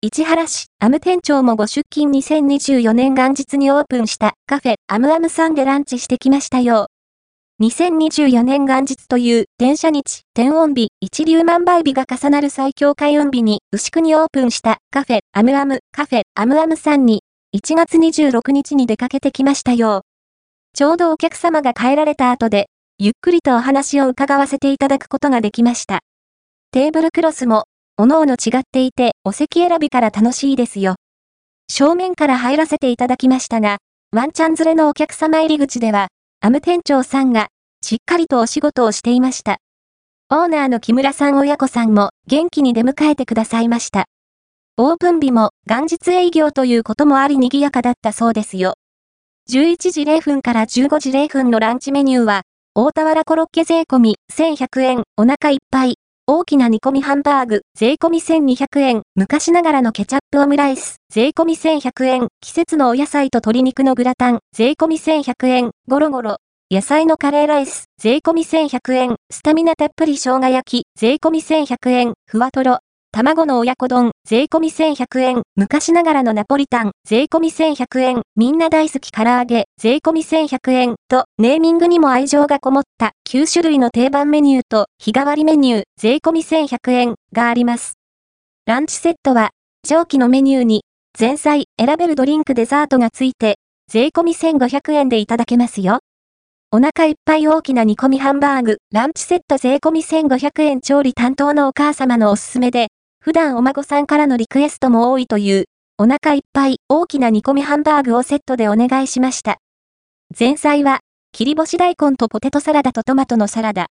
市原市、アム店長もご出勤2024年元日にオープンしたカフェアムアムさんでランチしてきましたよ。2024年元日という天赦日、天音日、一粒万倍日が重なる最強開運日に牛久にオープンしたカフェアムアムさんに1月26日に出かけてきましたよ。ちょうどお客様が帰られた後で、ゆっくりとお話を伺わせていただくことができました。テーブルクロスも、おのおの違っていて、お席選びから楽しいですよ。正面から入らせていただきましたが、ワンちゃん連れのお客様入り口では、アム店長さんが、しっかりとお仕事をしていました。オーナーの木村さん親子さんも、元気に出迎えてくださいました。オープン日も、元日営業ということもあり賑やかだったそうですよ。11時0分から15時0分のランチメニューは、大田原コロッケ税込み1100円、お腹いっぱい。大きな煮込みハンバーグ、税込み1200円、昔ながらのケチャップオムライス、税込み1100円、季節のお野菜と鶏肉のグラタン、税込み1100円、ゴロゴロ、野菜のカレーライス、税込み1100円、スタミナたっぷり生姜焼き、税込み1100円、ふわとろ、卵の親子丼、税込み1100円、昔ながらのナポリタン、税込み1100円、みんな大好き唐揚げ、税込み1100円と、ネーミングにも愛情がこもった9種類の定番メニューと、日替わりメニュー、税込み1100円があります。ランチセットは、上記のメニューに、前菜、選べるドリンクデザートがついて、税込み1500円でいただけますよ。お腹いっぱい大きな煮込みハンバーグ、ランチセット税込み1500円調理担当のお母様のおすすめで、普段お孫さんからのリクエストも多いという、お腹いっぱい大きな煮込みハンバーグをセットでお願いしました。前菜は、切り干し大根とポテトサラダとトマトのサラダ。